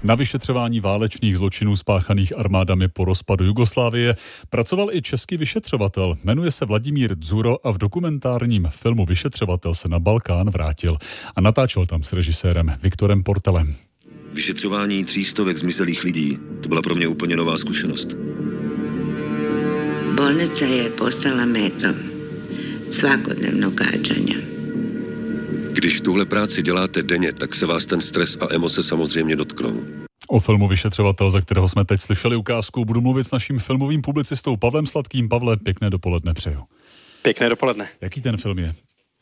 Na vyšetřování válečných zločinů spáchaných armádami po rozpadu Jugoslávie pracoval i český vyšetřovatel. Jmenuje se Vladimír Dzuro a v dokumentárním filmu Vyšetřovatel se na Balkán vrátil a natáčel tam s režisérem Viktorem Portelem. Vyšetřování 300 zmizelých lidí, to byla pro mě úplně nová zkušenost. Bolnica je postala metom svakodnevnog gađanja. Když tuhle práci děláte denně, tak se vás ten stres a emoce samozřejmě dotknou. O filmu Vyšetřovatel, za kterého jsme teď slyšeli ukázku, budu mluvit s naším filmovým publicistou Pavlem Sladkým. Pavle, pěkné dopoledne přeju. Pěkné dopoledne. Jaký ten film je?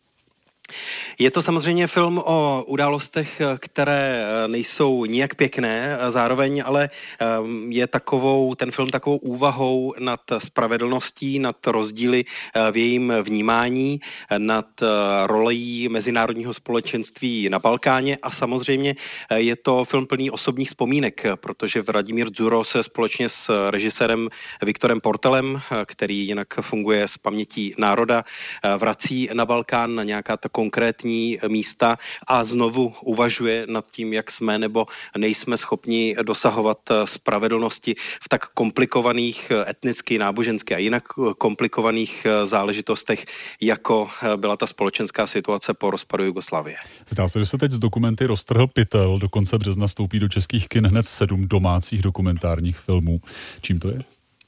Je to samozřejmě film o událostech, které nejsou nijak pěkné, zároveň ale je ten film takovou úvahou nad spravedlností, nad rozdíly v jejím vnímání, nad rolí mezinárodního společenství na Balkáně a samozřejmě je to film plný osobních vzpomínek, protože Vladimír Dzuro se společně s režisérem Viktorem Portelem, který jinak funguje s pamětí národa, vrací na Balkán na nějaká ta konkrétní místa a znovu uvažuje nad tím, jak jsme nebo nejsme schopni dosahovat spravedlnosti v tak komplikovaných etnicky, nábožensky a jinak komplikovaných záležitostech, jako byla ta společenská situace po rozpadu Jugoslávie. Zdá se, že se teď z dokumenty roztrhl pytel. Do konce března vstoupí do českých kin hned 7 domácích dokumentárních filmů. Čím to je?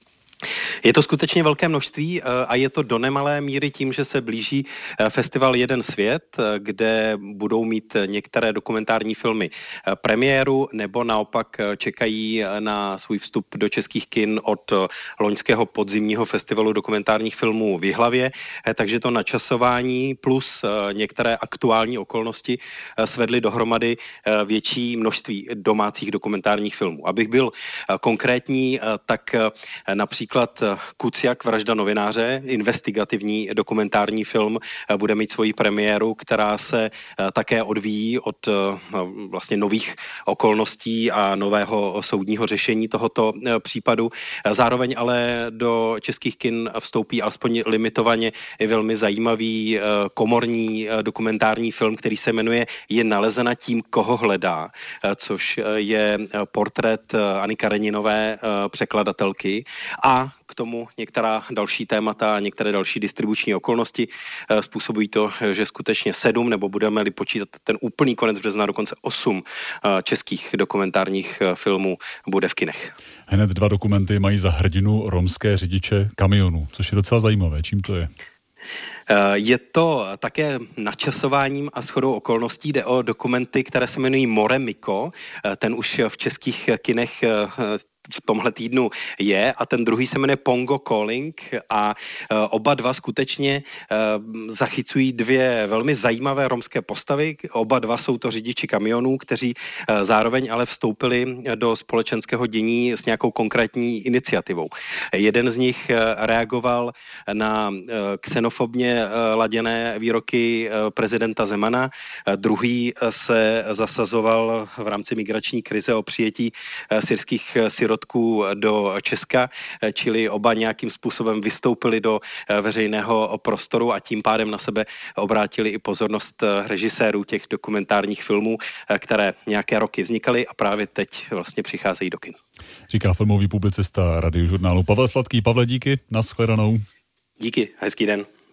Je to skutečně velké množství a je to do nemalé míry tím, že se blíží festival Jeden svět, kde budou mít některé dokumentární filmy premiéru nebo naopak čekají na svůj vstup do českých kin od loňského podzimního festivalu dokumentárních filmů v Jihlavě, takže to načasování plus některé aktuální okolnosti svedly dohromady větší množství domácích dokumentárních filmů. Abych byl konkrétní, tak například Kuciak, vražda novináře, investigativní dokumentární film, bude mít svoji premiéru, která se také odvíjí od vlastně nových okolností a nového soudního řešení tohoto případu. Zároveň ale do českých kin vstoupí alespoň limitovaně i velmi zajímavý komorní dokumentární film, který se jmenuje Je nalezena tím, koho hledá, což je portrét Anny Kareninové, překladatelky, a k tomu některá další témata, některé další distribuční okolnosti způsobují to, že skutečně 7, nebo budeme-li počítat ten úplný konec března, dokonce 8 českých dokumentárních filmů bude v kinech. Hned 2 dokumenty mají za hrdinu romské řidiče kamionů, což je docela zajímavé. Čím to je? Je to také načasováním a shodou okolností. Jde o dokumenty, které se jmenují More Miko. Ten už v českých kinech v tomhle týdnu je a ten druhý se jmenuje Pongo Calling a oba dva skutečně zachycují 2 velmi zajímavé romské postavy. Oba dva jsou to řidiči kamionů, kteří zároveň ale vstoupili do společenského dění s nějakou konkrétní iniciativou. Jeden z nich reagoval na xenofobně laděné výroky prezidenta Zemana, druhý se zasazoval v rámci migrační krize o přijetí syrských sirotků do Česka, čili oba nějakým způsobem vystoupili do veřejného prostoru a tím pádem na sebe obrátili i pozornost režisérů těch dokumentárních filmů, které nějaké roky vznikaly a právě teď vlastně přicházejí do kin. Říká filmový publicista Radiožurnálu Pavel Sladký. Pavle, díky, nashledanou. Díky, hezký den.